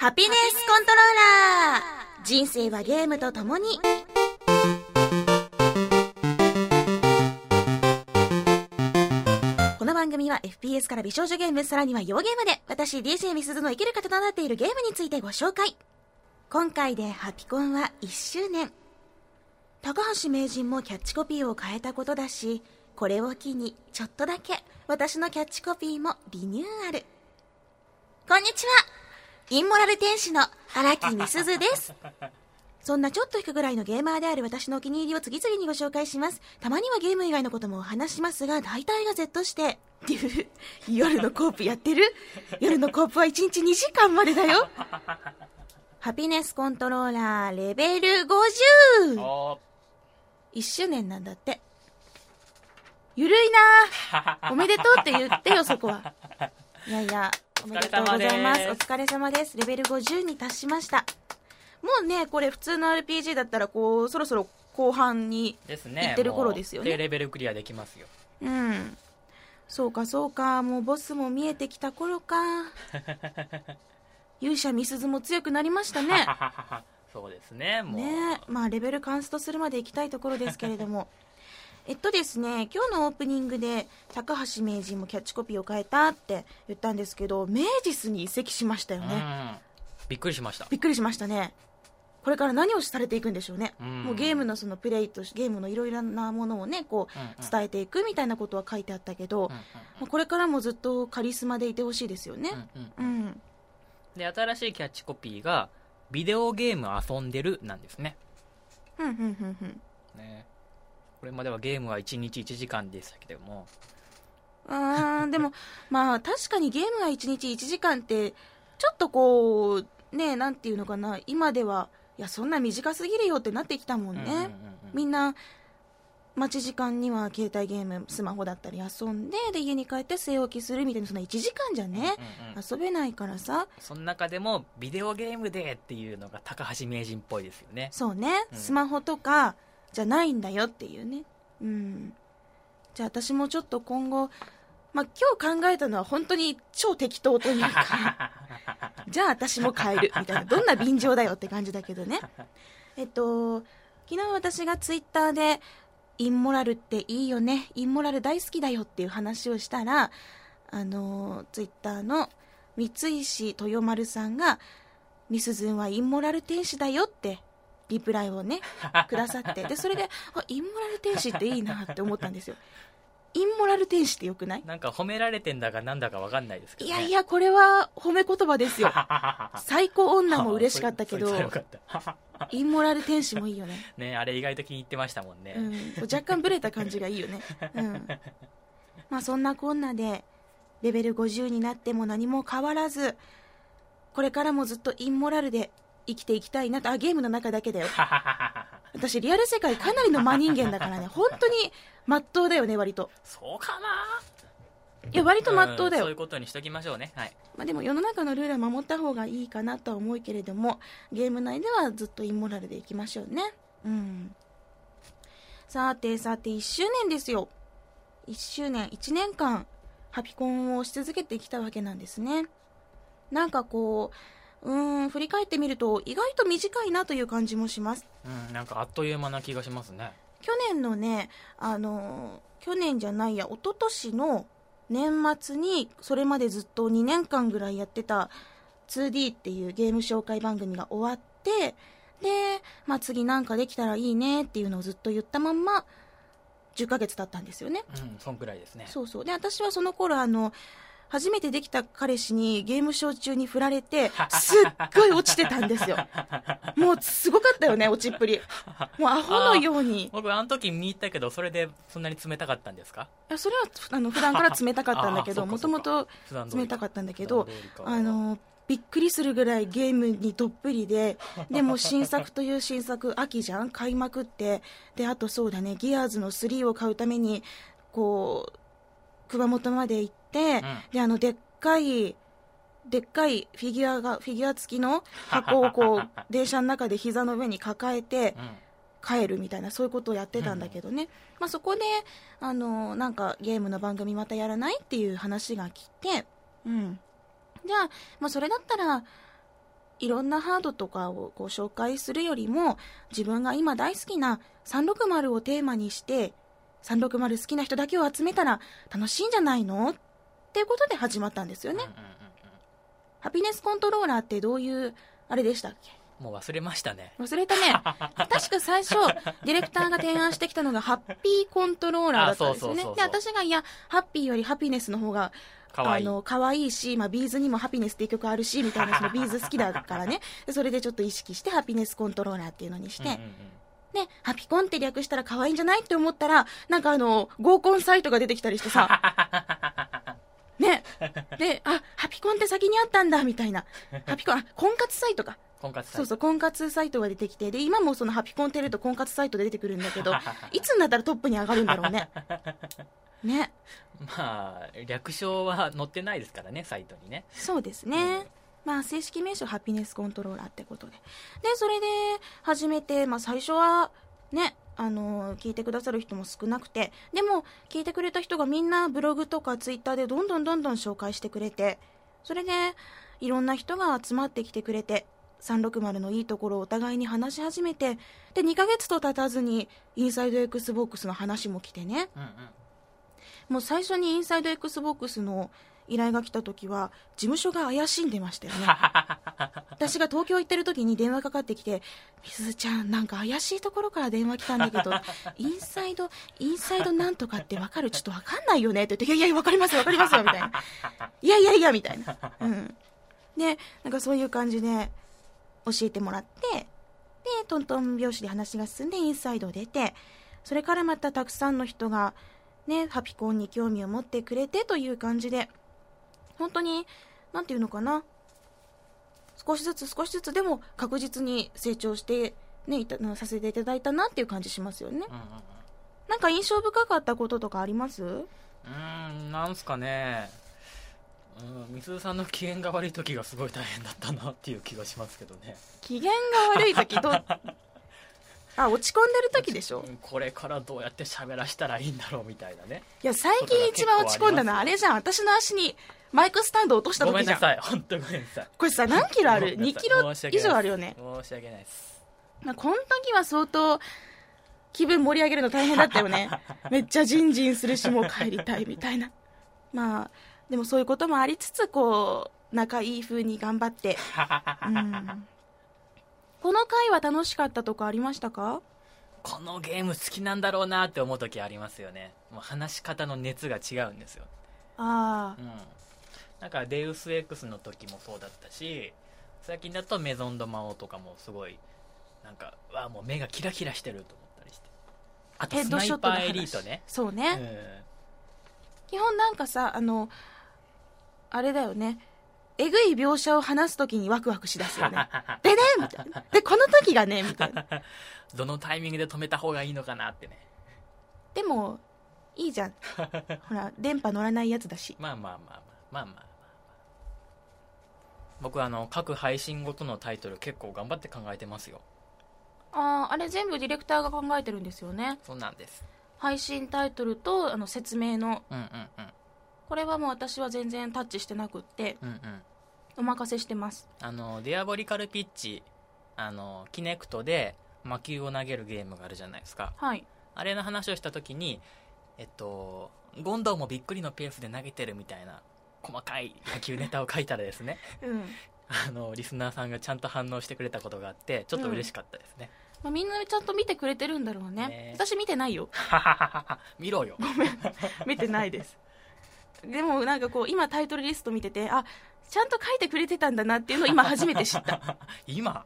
ハピネスコントローラー。人生はゲームとともに。この番組は FPS から美少女ゲーム、さらには洋ゲームで私 DJ みすずの生きる方となっているゲームについてご紹介。今回でハピコンは1周年。高橋名人もキャッチコピーを変えたことだし、これを機にちょっとだけ私のキャッチコピーもリニューアル。こんにちは、インモラル天使の荒木みすずです。そんなちょっと引くぐらいのゲーマーである私のお気に入りを次々にご紹介します。たまにはゲーム以外のこともお話しますが、大体が Z して夜のコープやってる？夜のコープは1日2時間までだよ。ハピネスコントローラーレベル50。1周年なんだって。ゆるいな。おめでとうって言ってよ、そこは。いやいや、おめでとうございます。お疲れ様です。レベル50に達しました。もうね、これ普通の RPG だったらこうそろそろ後半に行ってる頃ですよね。 でレベルクリアできますよ。 うん。そうかそうか、もうボスも見えてきた頃か。勇者みすずも強くなりましたね。 そうですね。もうね、まあレベルカンストするまで行きたいところですけれども。ですね、今日のオープニングで高橋名人もキャッチコピーを変えたって言ったんですけど、メイジスに移籍しましたよね。 びっくりしました。 びっくりしましたね。これから何をされていくんでしょうね。もうゲームのそのプレイとゲームのいろいろなものをねこう伝えていくみたいなことは書いてあったけど、これからもずっとカリスマでいてほしいですよね。 で新しいキャッチコピーがビデオゲーム遊んでるなんですね。ね、これまではゲームは1日1時間でしたけども、 でもまあ確かにゲームは1日1時間ってちょっとこうね、なんていうのかな、今ではいやそんな短すぎるよってなってきたもんね。みんな待ち時間には携帯ゲームスマホだったり遊んで、で家に帰って据え置きするみたいな、そんな1時間じゃね、遊べないからさ。 その中でもビデオゲームでっていうのが高橋名人っぽいですよね。 そうね、スマホとかじゃないんだよっていうね。じゃあ私もちょっと今後、今日考えたのは本当に超適当というかじゃあ私も変えるみたいな、どんな便乗だよって感じだけどね。昨日私がツイッターでインモラルっていいよね、インモラル大好きだよっていう話をしたら、ツイッターの三石豊丸さんがみすずんはインモラル天使だよってリプライをねくださって、でそれでインモラル天使っていいなって思ったんですよ。インモラル天使ってよくない？なんか褒められてんだかなんだか分かんないですけど、ね、 いやいや、これは褒め言葉ですよ。最高女も嬉しかったけどインモラル天使もいいよね。 ね、あれ意外と気に入ってましたもんね。 若干ブレた感じがいいよね。まあそんなこんなでレベル50になっても何も変わらず、これからもずっとインモラルで生きていきたいなと。ゲームの中だけだよ。私リアル世界かなりの真人間だからね、本当に真っ当だよね、割と。 そうかな。 いや割と真っ当だよ。 そういうことにしときましょうね。はい。 でも世の中のルールは守った方がいいかなとは思うけれども、ゲーム内ではずっとインモラルでいきましょうね。さて1周年ですよ。1周年、1年間ハピコンをし続けてきたわけなんですね。なんかこう振り返ってみると意外と短いなという感じもします。 なんかあっという間な気がしますね。 去年のね、去年じゃないや、一昨年の年末にそれまでずっと2年間ぐらいやってた 2D っていうゲーム紹介番組が終わって、で、次なんかできたらいいねっていうのをずっと言ったまんま10ヶ月経ったんですよね。 そんくらいですね。 そうで、私はその頃初めてできた彼氏にゲームショー中に振られてすっごい落ちてたんですよ。もうすごかったよね、落ちっぷり。もうアホのように。 僕あの時見に行ったけど、それでそんなに冷たかったんですか？ いや、それは普段から冷たかったんだけど、もともと冷たかったんだけど、びっくりするぐらいゲームにどっぷりで、でも新作という新作、秋じゃん、買いまくって、であとそうだね、ギアーズの3を買うためにこう熊本まで行って、ででっかいフィギュア付きの箱をこう電車の中で膝の上に抱えて帰るみたいな、そういうことをやってたんだけどね、そこでなんかゲームの番組またやらないっていう話が来て、じゃあ、それだったらいろんなハードとかをこう紹介するよりも、自分が今大好きな360をテーマにして360好きな人だけを集めたら楽しいんじゃないのっていうことで始まったんですよね。ハピネスコントローラーってどういうあれでしたっけ？ もう忘れましたね。 忘れたね。確か最初ディレクターが提案してきたのがハッピーコントローラーだったんですよね。で、私がいやハッピーよりハピネスの方が可愛いし、まあ、ビーズにもハピネスっていう曲あるしみたいな、そのビーズ好きだからね。でそれでちょっと意識してハピネスコントローラーっていうのにして、でハピコンって略したら可愛いんじゃないって思ったら、なんか合コンサイトが出てきたりしてさね、でハピコンって先にあったんだみたいな、ハピコン婚活サイトか、そうそう、婚活サイトが出てきて、で今もそのハピコンってやると婚活サイトで出てくるんだけどいつになったらトップに上がるんだろうね。ね、 まあ略称は載ってないですからね、サイトにね。 そうですね、まあ正式名称ハピネスコントローラーってことで、それで始めて、まあ最初はね、聞いてくださる人も少なくて、でも聞いてくれた人がみんなブログとかツイッターでどんどん紹介してくれて、それでいろんな人が集まってきてくれて、360のいいところをお互いに話し始めて、で2ヶ月と経たずにインサイド XBOX の話も来てね、もう最初にインサイド XBOX の依頼が来た時は事務所が怪しんでましたよね。私が東京行ってる時に電話かかってきて、みすずちゃんなんか怪しいところから電話来たんだけどインサイドなんとかって分かる？ちょっと分かんないよねって言って、いや分かりますよみたいな、いやみたいな、でなんかそういう感じで教えてもらって、でトントン拍子で話が進んでインサイド出て、それからまたたくさんの人がね、ハピコンに興味を持ってくれてという感じで、本当になんていうのかな、少しずつでも確実に成長してね、させていただいたなっていう感じしますよね。なんか印象深かったこととかあります？ なんすかね、みすずさんの機嫌が悪い時がすごい大変だったなっていう気がしますけどね。 機嫌が悪い時落ち込んでる時でしょ。 これからどうやって喋らしたらいいんだろうみたいなね。 いや最近一番落ち込んだのはあれじゃん、私の足にマイクスタンド落とした時じゃん。 ごめんなさい、本当ごめんなさい。 これさ何キロある？2キロ以上あるよね。 申し訳ないです。 この時は相当気分盛り上げるの大変だったよね。めっちゃジンジンするし、もう帰りたいみたいな。まあでもそういうこともありつつ、こう仲いい風に頑張ってこの回は楽しかったとかありましたか？ このゲーム好きなんだろうなって思う時ありますよね。もう話し方の熱が違うんですよ。なんかデウス X の時もそうだったし、最近だとメゾンドマオとかもすごいなんかもう目がキラキラしてると思ったりして、あとスナイパーエリートね。 そうね、基本なんかさ、あれだよね、えぐい描写を話すときにワクワクしだすよね。でねみたいな、でこの時がねみたいなどのタイミングで止めた方がいいのかなってね。 でもいいじゃんほら電波乗らないやつだし。 まあ僕各配信ごとのタイトル結構頑張って考えてますよ。 あれ全部ディレクターが考えてるんですよね。 そうなんです。 配信タイトルと説明の、これはもう私は全然タッチしてなくって、お任せしてます。 ディアボリカルピッチ、キネクトで魔球を投げるゲームがあるじゃないですか。 はい。 あれの話をした時にゴンドウもびっくりのペースで投げてるみたいな細かい野球ネタを書いたらですねリスナーさんがちゃんと反応してくれたことがあって、ちょっと嬉しかったですね。 みんなちゃんと見てくれてるんだろうね。私見てないよ見ろよ。 ごめん見てないです。でもなんかこう今タイトルリスト見てて、ちゃんと書いてくれてたんだなっていうのを今初めて知った今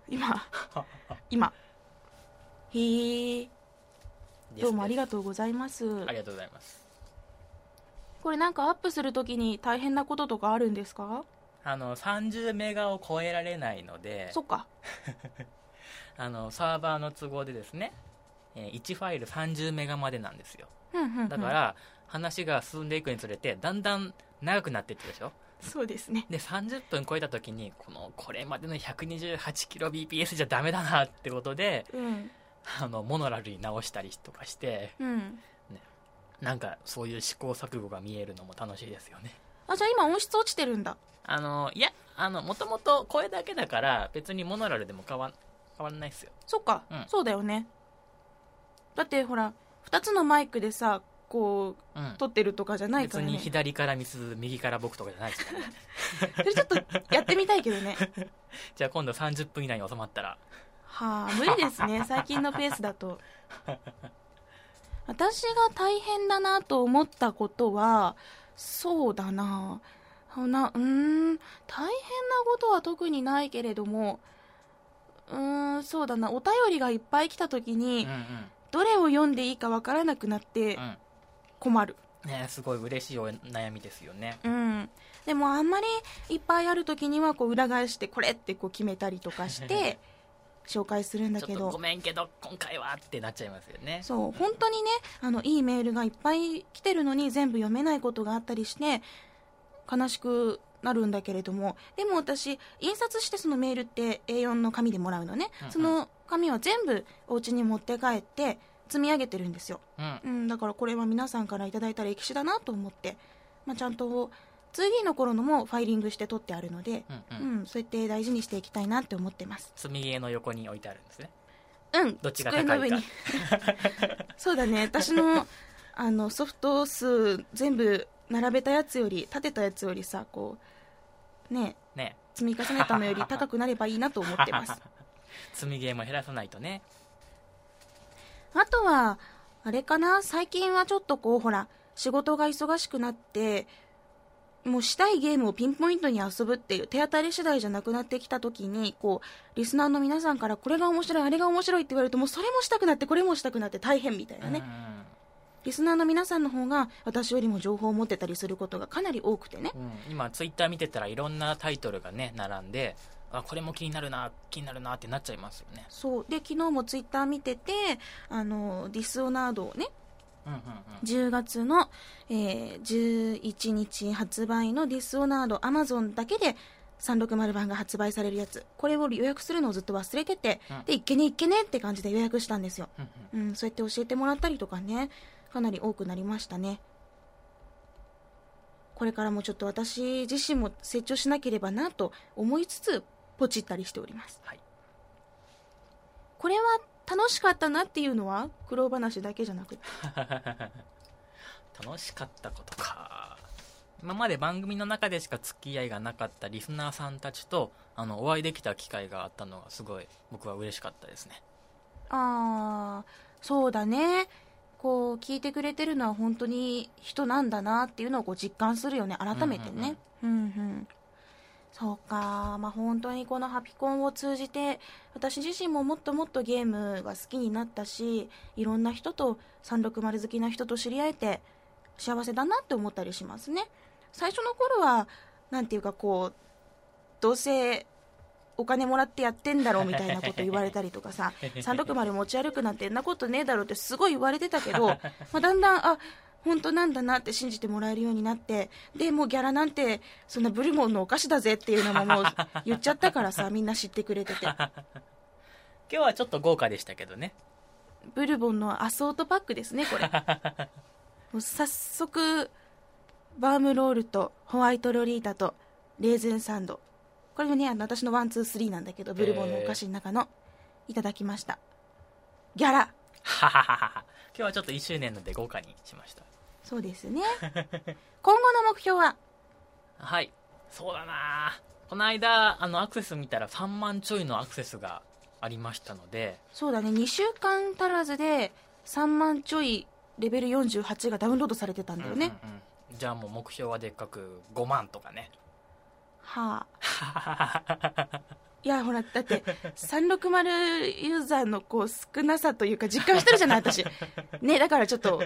へえ、どうもありがとうございます。 ありがとうございます。 これなんかアップするときに大変なこととかあるんですか ？30メガを超えられないので。 そっかサーバーの都合でですね、1ファイル30メガまでなんですよ。だから話が進んでいくにつれてだんだん長くなっていってるでしょ。 そうですね。 で30分超えた時にこれまでの 128kbps じゃダメだなってことで、モノラルに直したりとかして、なんかそういう試行錯誤が見えるのも楽しいですよね。 じゃあ今音質落ちてるんだ。 いやもともと声だけだから別にモノラルでも変わんないっすよ。 そっか、そうだよね。だってほら2つのマイクでさこう、撮ってるとかじゃないからね。 別に左からみすず右から僕とかじゃないですからねそれちょっとやってみたいけどねじゃあ今度30分以内に収まったら無理ですね最近のペースだと私が大変だなと思ったことはそうだな大変なことは特にないけれどもそうだな、お便りがいっぱい来た時に、どれを読んでいいかわからなくなって困る、 すごい嬉しいお悩みですよね。 でもあんまりいっぱいある時にはこう裏返してこれってこう決めたりとかして紹介するんだけど、 ちょっとごめんけど今回はってなっちゃいますよね。 そう本当にねいいメールがいっぱい来てるのに全部読めないことがあったりして悲しくなるんだけれども、でも私印刷してそのメールって A4 の紙でもらうのね、その紙は全部お家に持って帰って積み上げてるんですよ、だからこれは皆さんからいただいた歴史だなと思って、ちゃんと 2D の頃のもファイリングして取ってあるので、そうやって大事にしていきたいなって思ってます。 積みゲーの横に置いてあるんですね。どっちが高いか机の上にそうだね、私のソフト数全部並べたやつより立てたやつよりさこうね積み重ねたのより高くなればいいなと思ってます積みゲーも減らさないとね。 あとはあれかな、最近はちょっとこうほら仕事が忙しくなってもうしたいゲームをピンポイントに遊ぶっていう手当たり次第じゃなくなってきた時にこうリスナーの皆さんからこれが面白いあれが面白いって言われるともうそれもしたくなってこれもしたくなって大変みたいなね、リスナーの皆さんの方が私よりも情報を持ってたりすることがかなり多くてね、 今ツイッター見てたらいろんなタイトルがね並んでこれも気になるなってなっちゃいますよね。 そうで昨日もツイッター見ててディスオナードをね、10月の、11日発売のディスオナード Amazon だけで360版が発売されるやつ、これを予約するのをずっと忘れてて、でいっけねって感じで予約したんですよ、そうやって教えてもらったりとかねかなり多くなりましたね。これからもちょっと私自身も成長しなければなと思いつつポチったりしております、これは楽しかったなっていうのは苦労話だけじゃなくて楽しかったことか。今まで番組の中でしか付き合いがなかったリスナーさんたちとお会いできた機会があったのがすごい僕は嬉しかったですね。 そうだね、こう聞いてくれてるのは本当に人なんだなっていうのをこう実感するよね改めてね、そうか、本当にこのハピコンを通じて私自身ももっともっとゲームが好きになったし、いろんな人と360好きな人と知り合えて幸せだなって思ったりしますね。最初の頃はなんていうかこうどうせお金もらってやってんだろうみたいなこと言われたりとかさ360持ち歩くなんてんなことねえだろうってすごい言われてたけど、だんだん本当なんだなって信じてもらえるようになって、でもうギャラなんてそんなブルボンのお菓子だぜっていうのももう言っちゃったからさみんな知ってくれてて今日はちょっと豪華でしたけどね。 ブルボンのアソートパックですねこれもう早速バームロールとホワイトロリータとレーズンサンド、これもね私の1,2,3なんだけどブルボンのお菓子の中のいただきました。ギャラ今日はちょっと1周年ので豪華にしました。 そうですね今後の目標はそうだな、この間アクセス見たら3万ちょいのアクセスがありましたので、 そうだね2週間足らずで3万ちょいレベル48がダウンロードされてたんだよね、 じゃあもう目標はでっかく5万とかね。 いやほらだって360ユーザーのこう少なさというか実感してるじゃない私ね、だからちょっと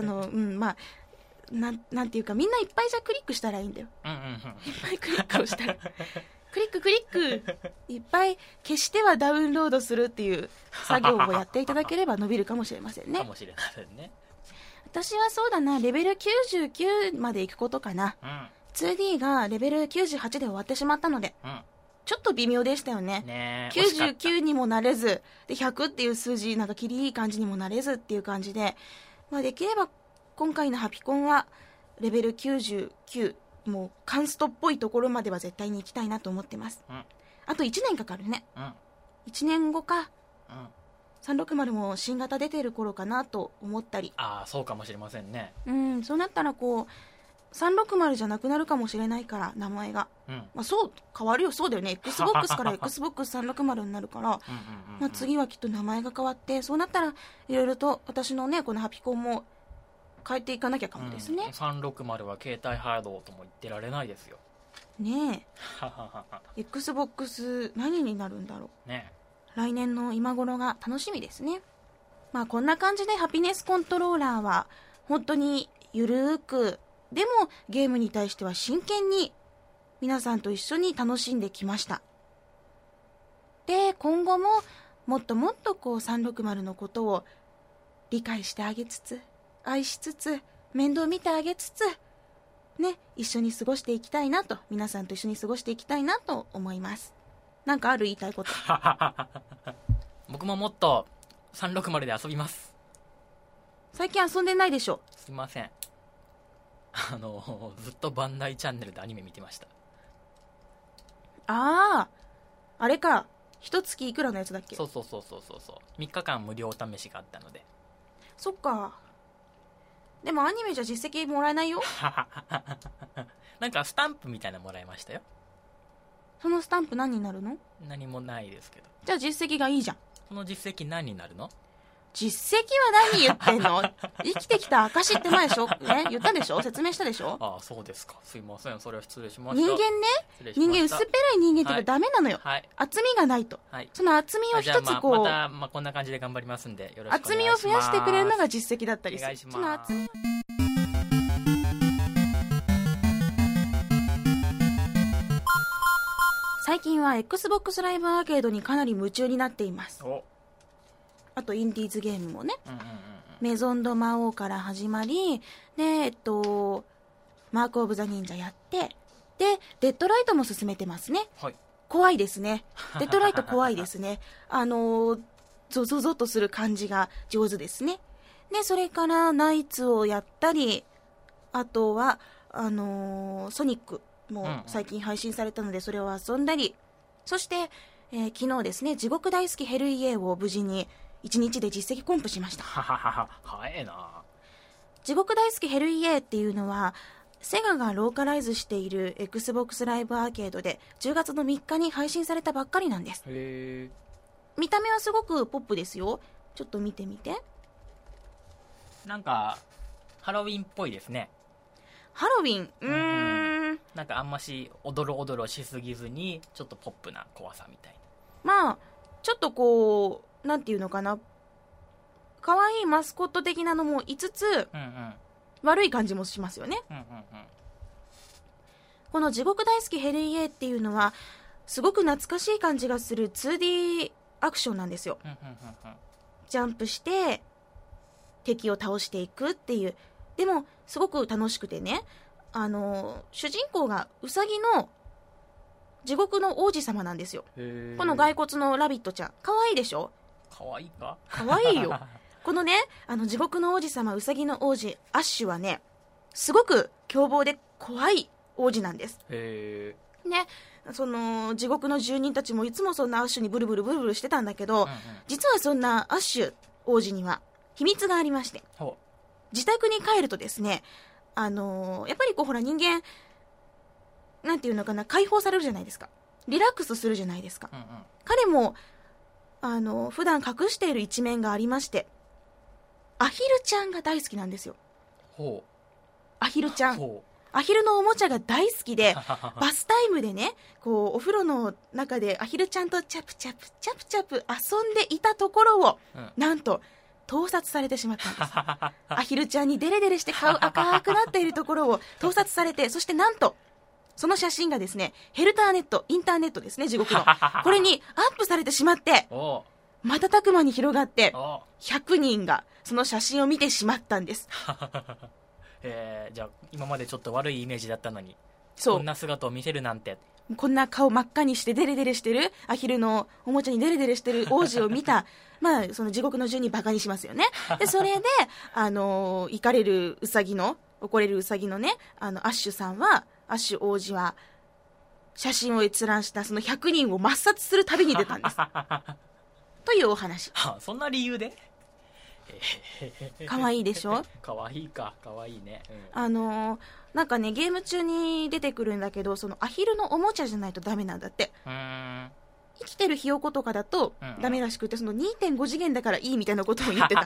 なんていうかみんないっぱいじゃクリックしたらいいんだよ、いっぱいクリックをしたらクリックいっぱい消してはダウンロードするっていう作業をやっていただければ伸びるかもしれませんね。 かもしれませんね。 私はそうだなレベル99まで行くことかな、2D がレベル98で終わってしまったので、ちょっと微妙でしたよね。99にもなれずで100っていう数字なんかキリいい感じにもなれずっていう感じで、できれば今回のハピコンはレベル99 もうカンストっぽいところまでは絶対に行きたいなと思ってます、あと1年かかるね、1年後か、360も新型出てる頃かなと思ったり。 そうかもしれませんね。 そうなったらこう360じゃなくなるかもしれないから名前が、そう変わるよ。そうだよね、 XBOX から XBOX360 になるから次はきっと名前が変わって、そうなったらいろいろと私のねこのハピコンも変えていかなきゃかもですね、 360は携帯ハードとも言ってられないですよねえXBOX 何になるんだろうね。来年の今頃が楽しみですね。こんな感じでハピネスコントローラーは本当にゆるーく、でもゲームに対しては真剣に皆さんと一緒に楽しんできました。で今後ももっともっとこう360のことを理解してあげつつ、愛しつつ、面倒見てあげつつね、一緒に過ごしていきたいなと、皆さんと一緒に過ごしていきたいなと思います。なんかある？言いたいこと僕ももっと360で遊びます。 最近遊んでないでしょ。 すいません、ずっとバンダイチャンネルでアニメ見てました。 あれか、一月いくらのやつだっけ。 そう3日間無料お試しがあったので。 そっか。でもアニメじゃ実績もらえないよなんかスタンプみたいなのもらいましたよ。 そのスタンプ何になるの？ 何もないですけど。 じゃあ実績がいいじゃん。 その実績何になるの？ 実績は何言ってんの生きてきた証って前でしょ、ね、言ったでしょ、説明したでしょ。 そうですか、すいません、それは失礼しました。 人間ね、人間薄っぺらい人間って言うとダメなのよ、厚みがないと、その厚みを一つこう、 またこんな感じで頑張りますんでよろしくお願いします。 厚みを増やしてくれるのが実績だったりする。 お願いします。 最近は XBOX ライブアーケードにかなり夢中になっています。あとインディーズゲームもね、メゾンド魔王から始まりで、マークオブザ忍者やって、でデッドライトも進めてますね、怖いですね。デッドライト怖いですねゾゾゾとする感じが上手ですね。でそれからナイツをやったり、あとはソニックも最近配信されたのでそれを遊んだり、そして、昨日ですね、地獄大好きヘルイエーを無事に1日で実績コンプしました。 早いな。 地獄大好きヘルイエーっていうのはセガがローカライズしている XBOX ライブアーケードで10月の3日に配信されたばっかりなんです。見た目はすごくポップですよ。ちょっと見てみて。 なんかハロウィンっぽいですね。 ハロウィン、 なんかあんましおどろおどろしすぎずにちょっとポップな怖さみたいな。ちょっとこうなんていうのかな、可愛いマスコット的なのもいつつ、悪い感じもしますよね、この地獄大好きヘルイエーっていうのはすごく懐かしい感じがする 2D アクションなんですよ、ジャンプして敵を倒していくっていう。でもすごく楽しくてね、主人公がウサギの地獄の王子様なんですよ。この骸骨のラビットちゃん可愛いでしょ。 可愛いか？ 可愛いよこのね、地獄の王子様ウサギの王子アッシュはね、すごく凶暴で怖い王子なんです。ね、その地獄の住人たちもいつもそんなアッシュにブルブルブルブルしてたんだけど、実はそんなアッシュ王子には秘密がありまして、自宅に帰るとですね、やっぱりこうほら人間なんていうのかな、解放されるじゃないですか、リラックスするじゃないですか、彼も普段隠している一面がありまして、アヒルちゃんが大好きなんですよ。アヒルちゃん、アヒルのおもちゃが大好きでバスタイムでね、こうお風呂の中でアヒルちゃんとチャプチャプチャプチャプ遊んでいたところを、なんと盗撮されてしまったんですアヒルちゃんにデレデレして顔赤くなっているところを盗撮されて、そしてなんとその写真がですね、ヘルターネット、インターネットですね、地獄のこれにアップされてしまって、瞬く間に広がって100人がその写真を見てしまったんですじゃあ今までちょっと悪いイメージだったのに、こんな姿を見せるなんて、 こんな顔真っ赤にしてデレデレしてるアヒルのおもちゃにデレデレしてる王子を見たその地獄の住人バカにしますよね。でそれで怒れるウサギの、怒れるウサギのね、アッシュさんはアッシュ王子は写真を閲覧したその100人を抹殺する旅に出たんですというお話。 そんな理由でかわいいでしょ。 かわいいか、かわいいね、 なんかね、ゲーム中に出てくるんだけど、そのアヒルのおもちゃじゃないとダメなんだって。生きてるひよことかだとダメらしくて、その 2.5 次元だからいいみたいなことを言ってた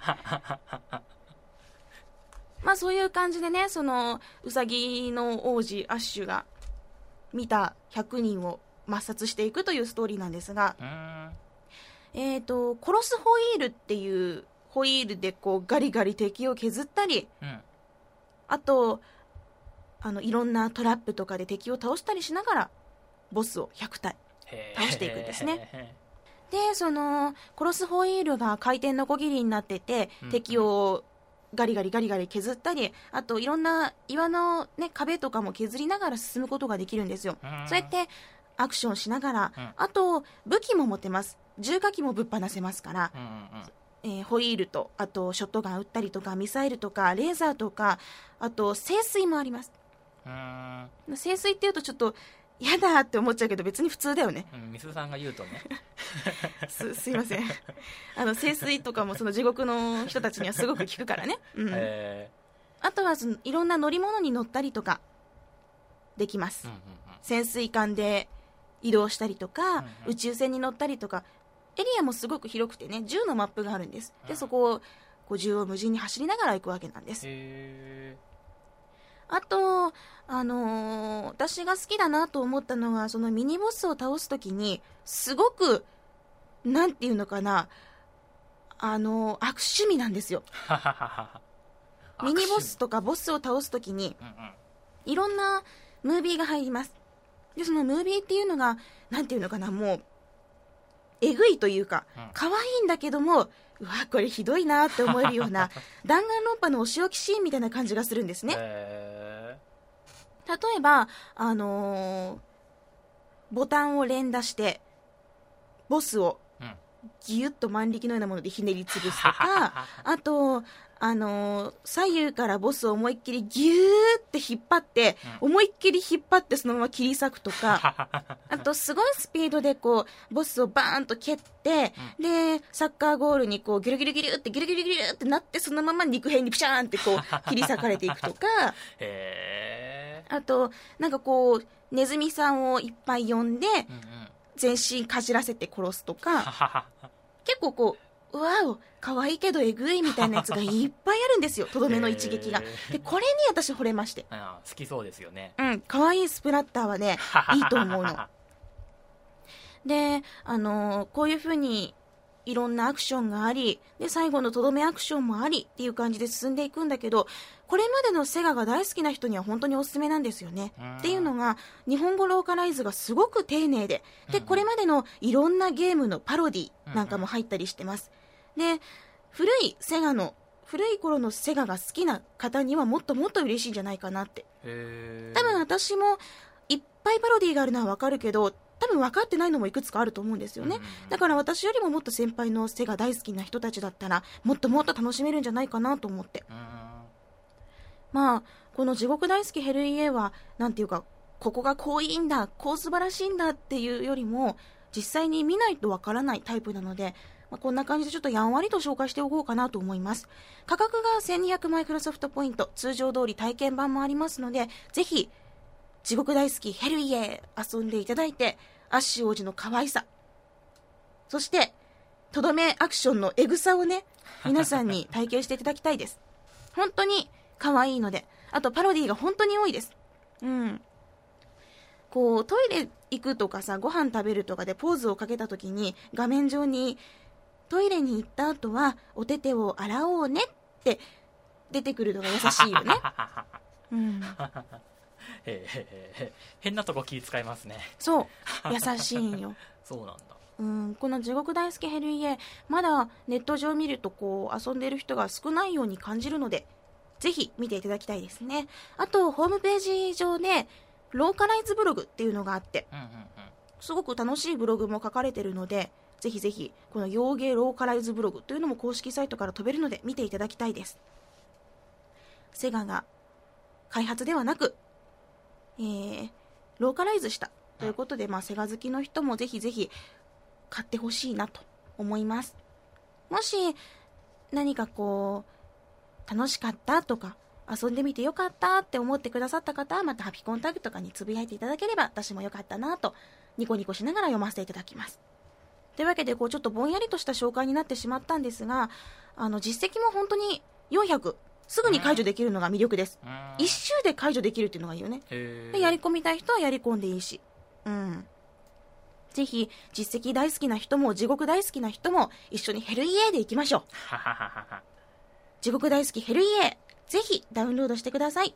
まあそういう感じでね、そのウサギの王子アッシュが見た100人を抹殺していくというストーリーなんですが、殺すホイールっていうホイールでこうガリガリ敵を削ったり、あといろんなトラップとかで敵を倒したりしながらボスを100体倒していくんですね。でその殺すホイールが回転のこぎりになってて、敵をガリガリガリガリ削ったり、あといろんな岩の、ね、壁とかも削りながら進むことができるんですよ。そうやってアクションしながら、あと武器も持てます。重火器もぶっ放せますから、ホイールと、あとショットガン撃ったりとか、ミサイルとかレーザーとか、あと聖水もあります。聖水っていうとちょっと嫌だって思っちゃうけど、別に普通だよね。 みすさんが言うとねすいません聖水とかもその地獄の人たちにはすごく効くからね、あとはそのいろんな乗り物に乗ったりとかできます、潜水艦で移動したりとか、宇宙船に乗ったりとか、エリアもすごく広くてね、10のマップがあるんです。でそこをこう縦横無尽に走りながら行くわけなんです。あと私が好きだなと思ったのが、そのミニボスを倒すときにすごくなんていうのかな、悪趣味なんですよミニボスとかボスを倒すときにいろんなムービーが入ります。でそのムービーっていうのがなんていうのかな、もうえぐいというか可愛いんだけども、うわこれひどいなって思えるような弾丸論破のお仕置きシーンみたいな感じがするんですね。例えばボタンを連打してボスをギュッと万力のようなものでひねりつぶすとかあと左右からボスを思いっきりギューって引っ張って、思いっきり引っ張ってそのまま切り裂くとかあとすごいスピードでこうボスをバーンと蹴って、でサッカーゴールにこうギュルギュルギュルってギュルギュルギュルってなって、そのまま肉片にピシャーンってこう切り裂かれていくとかあとなんかこうネズミさんをいっぱい呼んで、全身かじらせて殺すとか結構こううわお可愛いけどえぐいみたいなやつがいっぱいあるんですよとどめの一撃が。でこれに私惚れまして、 好きそうですよね。 可愛いスプラッターはねいいと思うのでこういう風にいろんなアクションがあり、で最後のとどめアクションもありっていう感じで進んでいくんだけど、これまでのセガが大好きな人には本当におすすめなんですよね。っていうのが日本語ローカライズがすごく丁寧で、これまでのいろんなゲームのパロディなんかも入ったりしてます。で古い頃のセガが好きな方にはもっともっと嬉しいんじゃないかなって。多分私もいっぱいパロディがあるのはわかるけど、多分分かってないのもいくつかあると思うんですよね。だから私よりももっと先輩のセガ大好きな人たちだったらもっともっと楽しめるんじゃないかなと思って、まあこの地獄大好きヘルイエはなんていうか、ここがこういいんだ、こう素晴らしいんだっていうよりも実際に見ないとわからないタイプなので、こんな感じでちょっとやんわりと紹介しておこうかなと思います。価格が1200マイクロソフトポイント、通常通り体験版もありますので、ぜひ地獄大好きヘルイエ遊んでいただいて、アッシュ王子の可愛さ、そしてとどめアクションのエグさをね、皆さんに体験していただきたいです。本当に可愛いので、あとパロディが本当に多いです。こうトイレ行くとかさ、ご飯食べるとかでポーズをかけた時に画面上にトイレに行った後はお手手を洗おうねって出てくるのが優しいよね。 変なとこ気使いますね。 そう優しいんよそうなんだ。 この地獄大好きヘルイエ、まだネット上見るとこう遊んでいる人が少ないように感じるので、ぜひ見ていただきたいですね。あとホームページ上でローカライズブログっていうのがあって、すごく楽しいブログも書かれているので、ぜひぜひこの洋芸ローカライズブログというのも公式サイトから飛べるので見ていただきたいです。セガが開発ではなくローカライズしたということで、セガ好きの人もぜひぜひ買ってほしいなと思います。もし何か楽しかったとか遊んでみてよかったって思ってくださった方は、またハピコンタグとかにつぶやいていただければ、私もよかったなとニコニコしながら読ませていただきます。というわけでちょっとぼんやりとした紹介になってしまったんですが、実績も本当に400すぐに解除できるのが魅力です。一周で解除できるっていうのがいいよね。でやり込みたい人はやり込んでいいし、ぜひ実績大好きな人も地獄大好きな人も一緒にヘルイエーでいきましょう。地獄大好きヘルイエー、ぜひダウンロードしてください。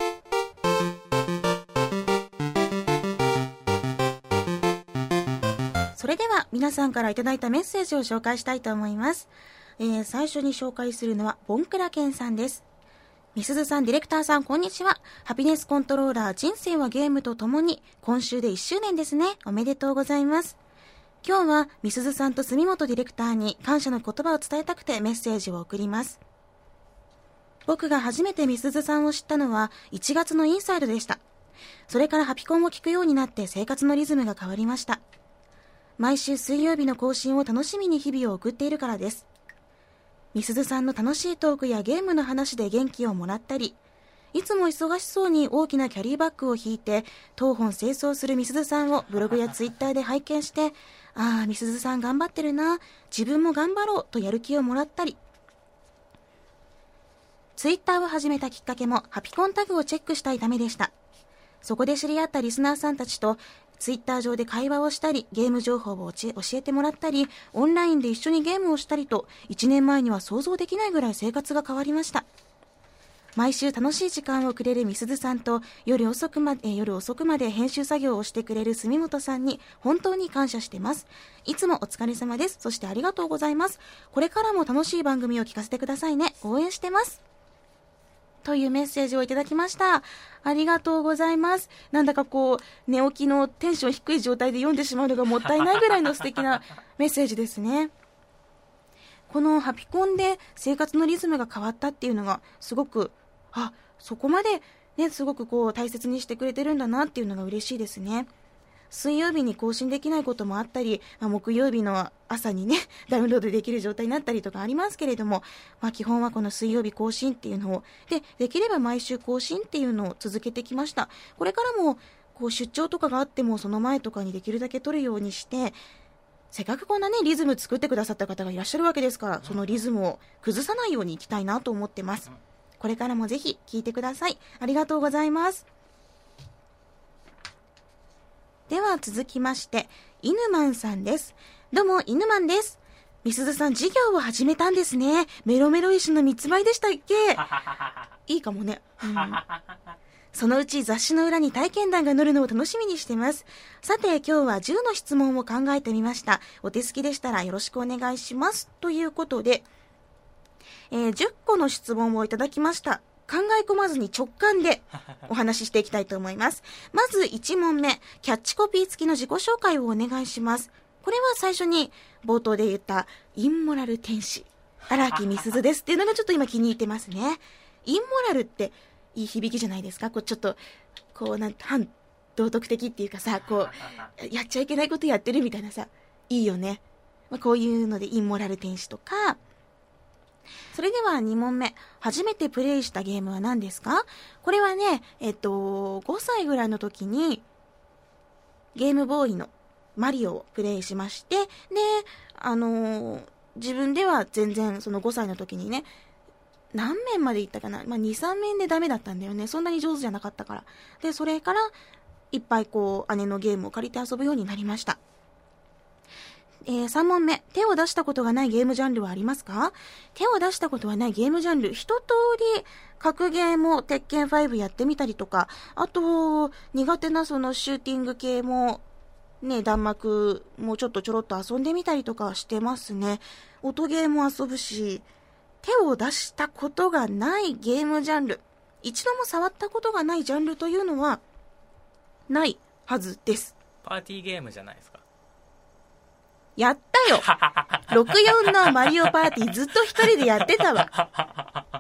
それでは皆さんからいただいたメッセージを紹介したいと思います。最初に紹介するのはボンクラケンさんです。みすずさん、ディレクターさん、こんにちは。ハピネスコントローラー人生はゲームとともに今週で1周年ですね。おめでとうございます。今日はみすずさんと住本ディレクターに感謝の言葉を伝えたくてメッセージを送ります。僕が初めてみすずさんを知ったのは1月のインサイドでした。それからハピコンを聞くようになって生活のリズムが変わりました。毎週水曜日の更新を楽しみに日々を送っているからです。みすずさんの楽しいトークやゲームの話で元気をもらったり、いつも忙しそうに大きなキャリーバッグを引いて当本清掃するみすずさんをブログやツイッターで拝見して、ああみすずさん頑張ってるな、自分も頑張ろうとやる気をもらったり、ツイッターを始めたきっかけもハピコンタグをチェックしたいためでした。そこで知り合ったリスナーさんたちとツイッター上で会話をしたり、ゲーム情報を教えてもらったり、オンラインで一緒にゲームをしたりと、1年前には想像できないぐらい生活が変わりました。毎週楽しい時間をくれるみすずさんと、夜遅くまで編集作業をしてくれる住本さんに本当に感謝してます。いつもお疲れ様です。そしてありがとうございます。これからも楽しい番組を聞かせてくださいね。応援してます。というメッセージをいただきました。ありがとうございます。なんだか寝起きのテンション低い状態で読んでしまうのがもったいないぐらいの素敵なメッセージですね。このハピコンで生活のリズムが変わったっていうのがすごく、そこまでね、すごく大切にしてくれてるんだなっていうのが嬉しいですね。水曜日に更新できないこともあったり、木曜日の朝にねダウンロードできる状態になったりとかありますけれども、基本はこの水曜日更新っていうのをできれば毎週更新っていうのを続けてきました。これからも出張とかがあってもその前とかにできるだけ撮るようにして、せっかくこんなねリズム作ってくださった方がいらっしゃるわけですから、そのリズムを崩さないようにいきたいなと思ってます。これからもぜひ聞いてください。ありがとうございます。では続きまして、犬マンさんです。どうも、犬マンです。みすずさん、事業を始めたんですね。メロメロ石の密売でしたっけ？いいかもね。そのうち雑誌の裏に体験談が載るのを楽しみにしてます。さて、今日は10の質問を考えてみました。お手すきでしたらよろしくお願いします。ということで、10個の質問をいただきました。考え込まずに直感でお話ししていきたいと思います。まず1問目、キャッチコピー付きの自己紹介をお願いします。これは最初に冒頭で言ったインモラル天使荒木みすずですっていうのがちょっと今気に入ってますね。インモラルっていい響きじゃないですか。ちょっと反道徳的っていうかさ、やっちゃいけないことやってるみたいなさ、いいよね。こういうのでインモラル天使とか。それでは2問目、初めてプレイしたゲームは何ですか？これはね、5歳ぐらいの時にゲームボーイのマリオをプレイしまして、で、自分では全然その5歳の時にね、何面までいったかな、2、3面でダメだったんだよね。そんなに上手じゃなかったから。で、それからいっぱい姉のゲームを借りて遊ぶようになりました。3問目、手を出したことがないゲームジャンルはありますか？手を出したことはないゲームジャンル、一通り格ゲーも鉄拳5やってみたりとか、あと苦手なそのシューティング系もね、弾幕もちょろっと遊んでみたりとかしてますね。音ゲーも遊ぶし、手を出したことがないゲームジャンル、一度も触ったことがないジャンルというのはないはずです。 パーティーゲームじゃないですか？ やったよ。64のマリオパーティーずっと一人でやってたわ。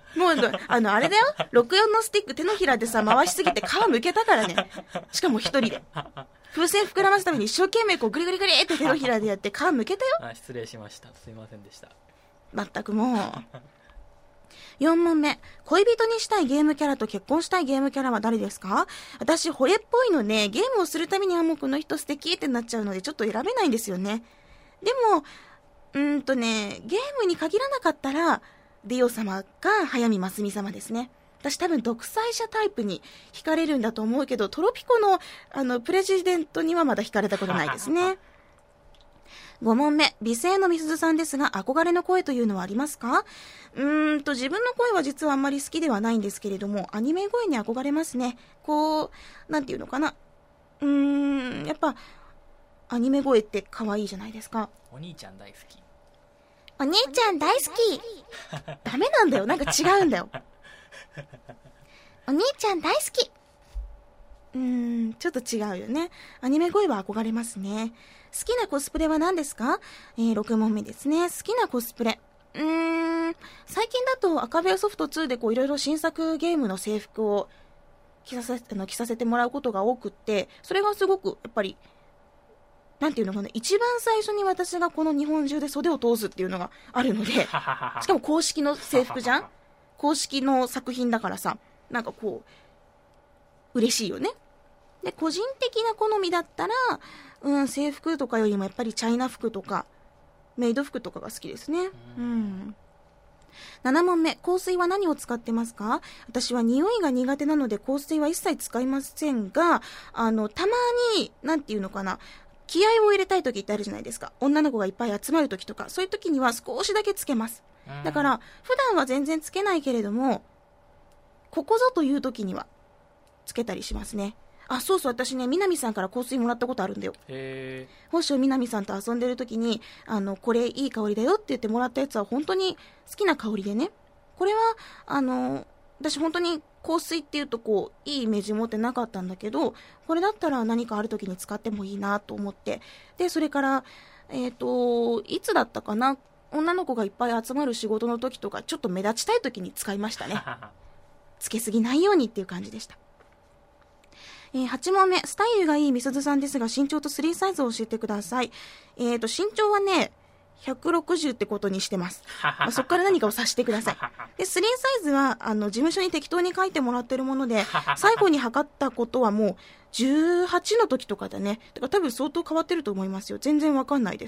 もうあれだよ、64のスティック手のひらでさ回しすぎて皮むけたからね。しかも一人で風船膨らますために一生懸命こうグリグリグリって手のひらでやって皮むけたよ。 あ、失礼しました、すいませんでした。 まったくもう。4問目、恋人にしたいゲームキャラと結婚したいゲームキャラは誰ですか？私惚れっぽいのね、ゲームをするためにはもうこの人素敵ってなっちゃうのでちょっと選べないんですよね。でもゲームに限らなかったらディオ様か早見真澄様ですね。私多分独裁者タイプに惹かれるんだと思うけど、トロピコのプレジデントにはまだ惹かれたことないですね。5問目、美声のみすずさんですが、憧れの声というのはありますか？自分の声は実はあんまり好きではないんですけれども、アニメ声に憧れますね。こう、なんていうのかな。やっぱ、アニメ声って可愛いじゃないですか。 お兄ちゃん大好き。 お兄ちゃん大好き。ダメなんだよ。なんか違うんだよ。お兄ちゃん大好き。ちょっと違うよね。アニメ声は憧れますね。好きなコスプレは何ですか？6問目ですね。好きなコスプレ。最近だと赤ベアソフト2でいろいろ新作ゲームの制服を着させてもらうことが多くって、それがすごくやっぱり、なんていうのかな、一番最初に私がこの日本中で袖を通すっていうのがあるので、しかも公式の制服じゃん？公式の作品だからさ、なんかこう、嬉しいよね。で、個人的な好みだったら、制服とかよりもやっぱりチャイナ服とか、メイド服とかが好きですね。7問目、香水は何を使ってますか？私は匂いが苦手なので香水は一切使いませんが、たまに、なんていうのかな、気合を入れたい時ってあるじゃないですか。女の子がいっぱい集まる時とか、そういう時には少しだけつけます。だから、普段は全然つけないけれども、ここぞという時には、つけたりしますね。あ、そうそう、私ね、南さんから香水もらったことあるんだよ。宝生南さんと遊んでる時に、これいい香りだよって言ってもらったやつは本当に好きな香りでね。これは、私本当に香水っていうといいイメージ持ってなかったんだけど、これだったら何かある時に使ってもいいなと思って。で、それから、いつだったかな、女の子がいっぱい集まる仕事の時とか、ちょっと目立ちたい時に使いましたね。つけすぎないようにっていう感じでした。8問目、スタイルがいいみすずさんですが、身長とスリーサイズを教えてください。身長はね、160ってことにしてます。そこから何かを察してください。で、スリーサイズは、事務所に適当に書いてもらってるもので、最後に測ったことはもう、18の時とかだね。だから多分相当変わってると思いますよ。全然わかんないです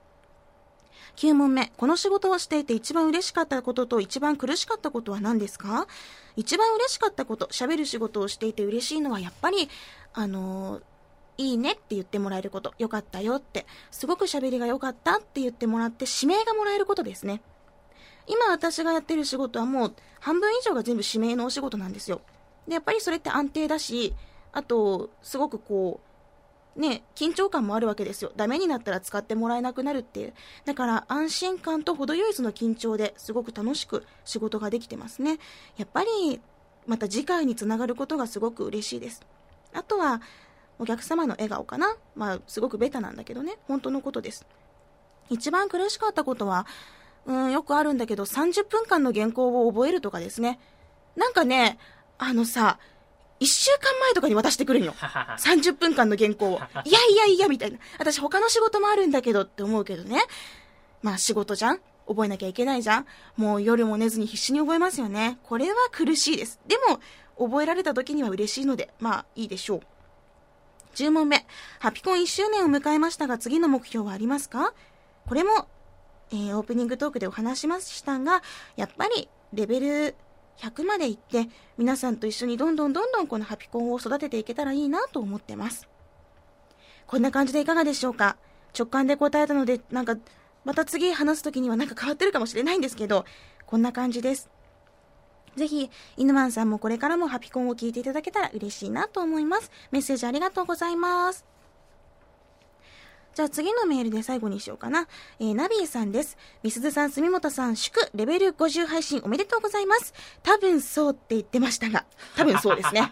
。9問目、この仕事をしていて一番嬉しかったことと一番苦しかったことは何ですか？一番嬉しかったこと、喋る仕事をしていて嬉しいのはやっぱり、いいねって言ってもらえること、よかったよって、すごく喋りが良かったって言ってもらって指名がもらえることですね。今私がやってる仕事はもう半分以上が全部指名のお仕事なんですよ。で、やっぱりそれって安定だし、あと、すごく緊張感もあるわけですよ。ダメになったら使ってもらえなくなるっていう。だから安心感と程よいその緊張ですごく楽しく仕事ができてますね。やっぱりまた次回につながることがすごく嬉しいです。あとはお客様の笑顔かな。すごくベタなんだけどね、本当のことです。一番苦しかったことはよくあるんだけど、30分間の原稿を覚えるとかですね。なんかね、1週間前とかに渡してくるんよ。30分間の原稿を。いや、みたいな。私他の仕事もあるんだけどって思うけどね。仕事じゃん？覚えなきゃいけないじゃん？もう夜も寝ずに必死に覚えますよね。これは苦しいです。でも、覚えられた時には嬉しいので、いいでしょう。10問目。ハピコン1周年を迎えましたが、次の目標はありますか？これも、オープニングトークでお話しましたが、やっぱりレベル100まで行って皆さんと一緒にどんどんこのハピコンを育てていけたらいいなと思ってます。こんな感じでいかがでしょうか？直感で答えたのでまた次話す時には変わってるかもしれないんですけど、こんな感じです。ぜひ犬マンさんもこれからもハピコンを聞いていただけたら嬉しいなと思います。メッセージありがとうございます。じゃあ次のメールで最後にしようかな。ナビーさんです。みすずさん、住本さん、祝レベル50配信おめでとうございます。多分そうって言ってましたが、多分そうですね。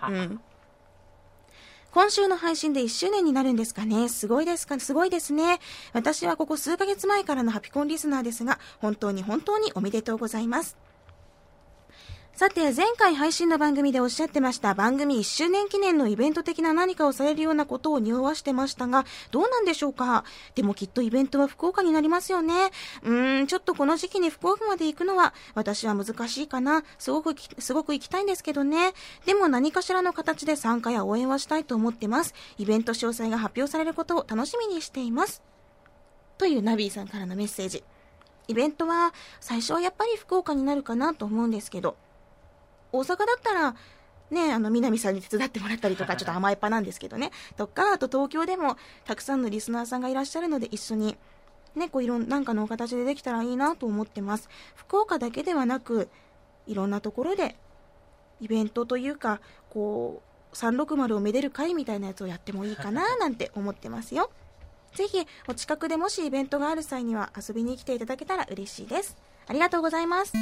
今週の配信で1周年になるんですかね。すごいですね。私はここ数ヶ月前からのハピコンリスナーですが、本当におめでとうございます。 さて、前回配信の番組でおっしゃってました番組1周年記念のイベント的な何かをされるようなことを匂わしてましたが、どうなんでしょうか。でもきっとイベントは福岡になりますよね。ちょっとこの時期に福岡まで行くのは私は難しいかな。すごく行きたいんですけどね。でも何かしらの形で参加や応援はしたいと思ってます。イベント詳細が発表されることを楽しみにしています。というナビーさんからのメッセージ。イベントは最初はやっぱり福岡になるかなと思うんですけど、大阪だったらね、南さんに手伝ってもらったりとか、ちょっと甘えっぱなんですけどね、とか、あと東京でもたくさんのリスナーさんがいらっしゃるので、一緒にね、なんかの形でできたらいいなと思ってます。福岡だけではなく、いろんなところでイベントというか、360をめでる会みたいなやつをやってもいいかななんて思ってますよ。ぜひお近くでもしイベントがある際には遊びに来ていただけたら嬉しいです。ありがとうございます。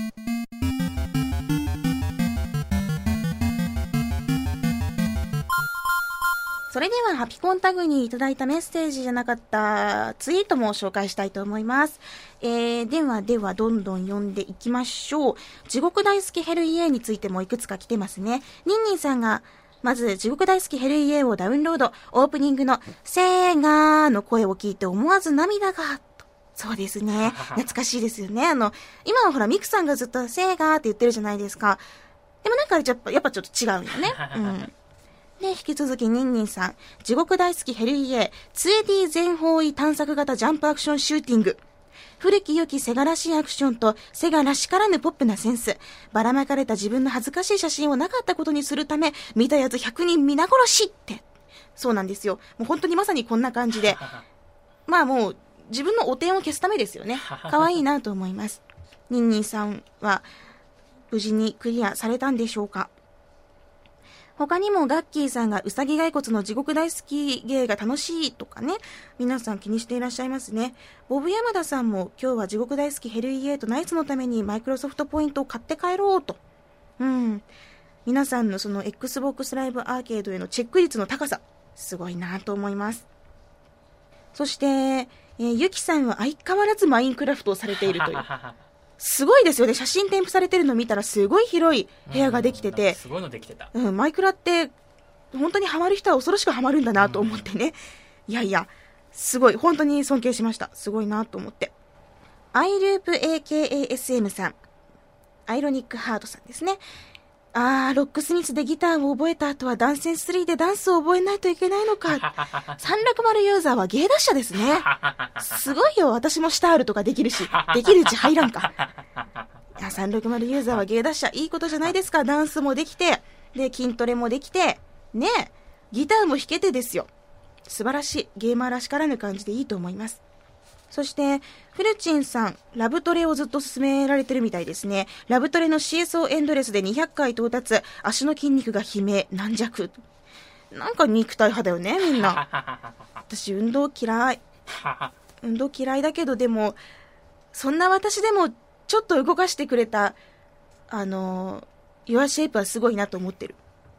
それではハピコンタグにいただいたメッセージじゃなかったツイートも紹介したいと思います。ではどんどん読んでいきましょう。地獄大好きヘルイエーについてもいくつか来てますね。ニンニンさんがまず地獄大好きヘルイエーをダウンロード。オープニングのセーガーの声を聞いて思わず涙が。そうですね。懐かしいですよね。今はほらミクさんがずっとセーガーって言ってるじゃないですか。でもなんかやっぱちょっと違うよね。で、引き続きニンニンさん。地獄大好きヘルイエー 2D 全方位探索型ジャンプアクションシューティング。古き良きセガらしいアクションとセガらしからぬポップなセンス。ばらまかれた自分の恥ずかしい写真をなかったことにするため、見たやつ100人皆殺しって。そうなんですよ。もう本当にまさにこんな感じで。まあもう自分の汚点を消すためですよね。可愛いなと思います。ニンニンさんは無事にクリアされたんでしょうか。他にもガッキーさんがうさぎ骸骨の地獄大好き芸が楽しいとかね、皆さん気にしていらっしゃいますね。ボブ山田さんも今日は地獄大好きヘルイエーとナイツのためにマイクロソフトポイントを買って帰ろうと。皆さんのその Xbox ライブアーケードへのチェック率の高さ、すごいなと思います。そして、ゆきさんは相変わらずマインクラフトをされているという。すごいですよね。写真添付されてるの見たらすごい広い部屋ができてて、 すごいのできてた。 マイクラって本当にハマる人は恐ろしくハマるんだなと思ってね。いやすごい、本当に尊敬しました。すごいなと思って。アイループ AKASM さん、アイロニックハートさんですね。ロックスミスでギターを覚えた後はダンセン3でダンスを覚えないといけないのか。360ユーザーは芸達者ですね。すごいよ。私もシタールとかできるし、できるうち入らんか。360ユーザーは芸達者、いいことじゃないですか。ダンスもできて、で筋トレもできてね、ギターも弾けてですよ。素晴らしい。ゲーマーらしからぬ感じでいいと思います。そしてフルチンさん、ラブトレをずっと進められてるみたいですね。ラブトレの CSO エンドレスで200回到達。足の筋肉が悲鳴軟弱。なんか肉体派だよね、みんな。私運動嫌いだけど、でもそんな私でもちょっと動かしてくれたYour Shape はすごいなと思ってる。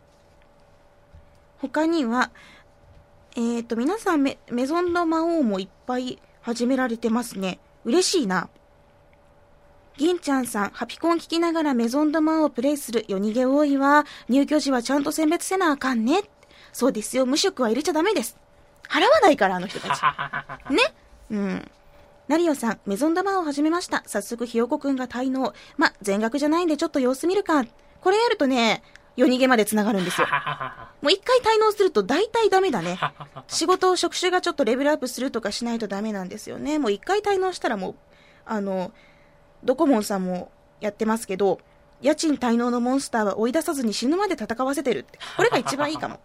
他には皆さんメゾンド魔王もいっぱい始められてますね。嬉しいな。銀ちゃんさん、ハピコン聞きながらメゾンド魔王をプレイする。夜逃げ多いわ。入居時はちゃんと選別せなあかんね。そうですよ。無職は入れちゃダメです。払わないから、あの人たち。ね。ナリオさん、メゾンド魔王を始めました。早速ひよこくんが滞納。全額じゃないんでちょっと様子見るか。これやるとね、夜逃げまでつながるんですよ。もう一回滞納すると大体ダメだね。仕事、職種がちょっとレベルアップするとかしないとダメなんですよね。もう一回滞納したらもうドコモンさんもやってますけど、家賃滞納のモンスターは追い出さずに死ぬまで戦わせてるって、これが一番いいかも。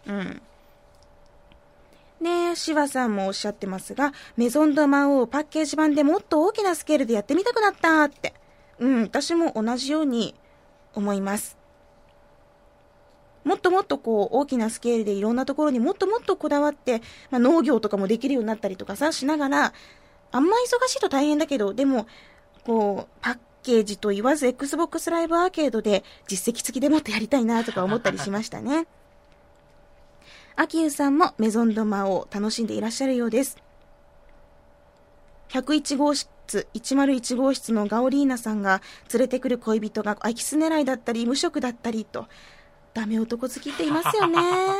ねえ、シワさんもおっしゃってますが、メゾンド魔王パッケージ版でもっと大きなスケールでやってみたくなったって。私も同じように思います。もっともっと大きなスケールでいろんなところにもっともっとこだわって、農業とかもできるようになったりとかしながら、あんま忙しいと大変だけど、でもパッケージと言わず Xbox ライブアーケードで実績付きでもっとやりたいなとか思ったりしましたね。アキユさんもメゾンド魔王楽しんでいらっしゃるようです。101号ツ101号室のガオリーナさんが連れてくる恋人が空き巣狙いだったり無職だったりとダメ男好きっていますよね。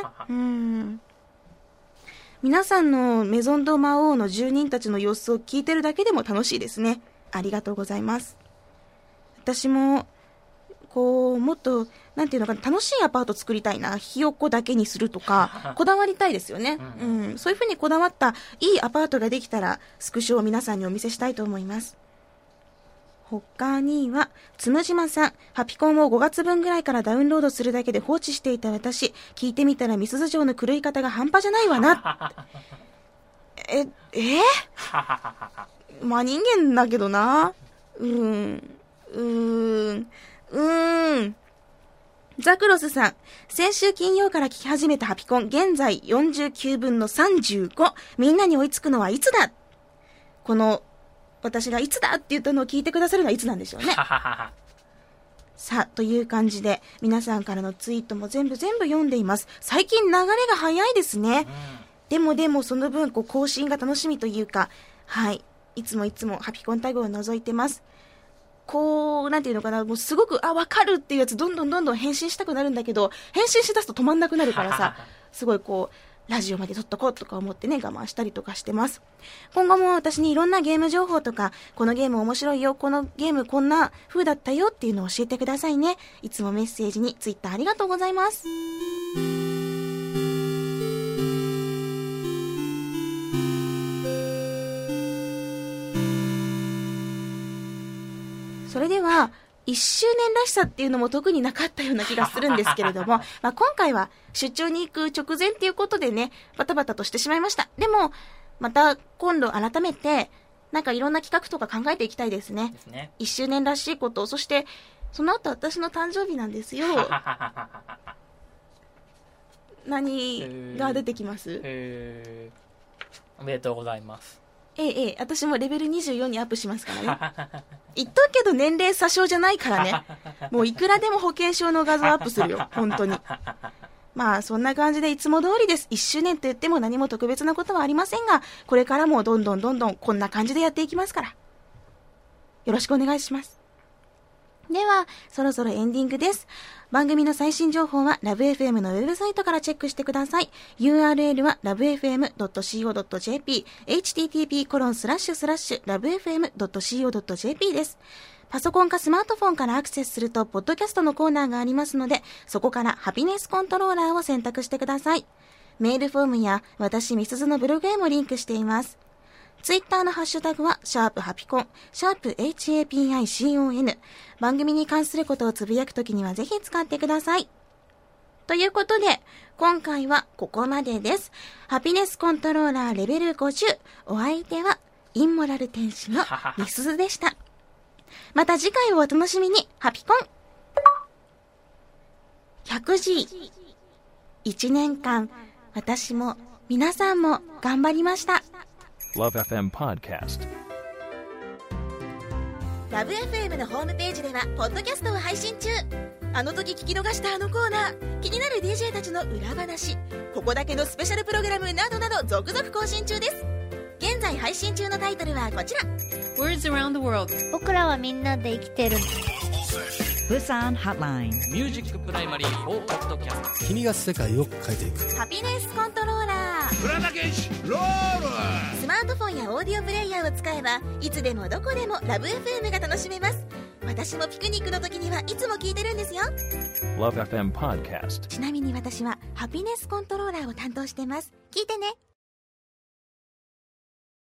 皆さんのメゾンド魔王の住人たちの様子を聞いてるだけでも楽しいですね。ありがとうございます。私ももっとなんていうのかな、楽しいアパート作りたいな。ひよこだけにするとかこだわりたいですよね。そういう風にこだわったいいアパートができたらスクショを皆さんにお見せしたいと思います。他にはつむじまさん、ハピコンを5月分ぐらいからダウンロードするだけで放置していた私、聞いてみたらみすず城の狂い方が半端じゃないわな。まあ人間だけどな。ザクロスさん、先週金曜から聞き始めたハピコン、現在49分の35。みんなに追いつくのはいつだ。この私がいつだって言ったのを聞いてくださるのはいつなんでしょうね。さあ、という感じで皆さんからのツイートも全部読んでいます。最近流れが早いですね。でもその分更新が楽しみというか、はい、いつもハピコンタグを覗いてます。なんていうのかな、もうすごくわかるっていうやつどんどん返信したくなるんだけど、返信しだすと止まんなくなるからさすごいラジオまで撮っとこうとか思ってね、我慢したりとかしてます。今後も私にいろんなゲーム情報とか、このゲーム面白いよ、このゲームこんな風だったよっていうのを教えてくださいね。いつもメッセージにツイッターありがとうございます。それでは1周年らしさっていうのも特になかったような気がするんですけれども今回は出張に行く直前っていうことでね、バタバタとしてしまいました。でもまた今度改めてなんかいろんな企画とか考えていきたいですね。1周年らしいこと、そしてその後私の誕生日なんですよ。何が出てきます？ おめでとうございます。 私もレベル24にアップしますからね。言っとくけど年齢詐称じゃないからね。もういくらでも保険証の画像アップするよ、本当に。まあそんな感じでいつも通りです。1周年と言っても何も特別なことはありませんが、これからもどんどんこんな感じでやっていきますから、よろしくお願いします。ではそろそろエンディングです。番組の最新情報はラブ FM のウェブサイトからチェックしてください。 URL は lovefm.co.jp http://lovefm.co.jp です。パソコンかスマートフォンからアクセスするとポッドキャストのコーナーがありますので、そこからハピネスコントローラーを選択してください。メールフォームや私みすずのブログへもリンクしています。ツイッターのハッシュタグはシャープハピコン、シャープ HAPICON。番組に関することをつぶやくときにはぜひ使ってください。ということで今回はここまでです。ハピネスコントローラーレベル50、お相手はインモラル天使のみすずでした。また次回をお楽しみに。ハピコン 100G 1年間私も皆さんも頑張りました。 Love FM Podcast。 ラブ FM のホームページではポッドキャストを配信中。あの時聞き逃したあのコーナー、気になる DJ たちの裏話、ここだけのスペシャルプログラムなどなど続々更新中です。現在配信中のタイトルはこちら。 Words Around the World。 僕らはみんなで生きてる。 ブサンハッライン。 ミュージックプライマリー4ポッドキャスト。 君が世界を変えていく。 ハピネスコントローラー。 プラダケシロール。 スマートフォンやオーディオプレイヤーを使えばいつでもどこでもラブ FM が楽しめます。私もピクニックの時にはいつも聞いてるんですよ。 Love FM Podcast。 ちなみに私はハピネスコントローラーを担当してます。聞いてね。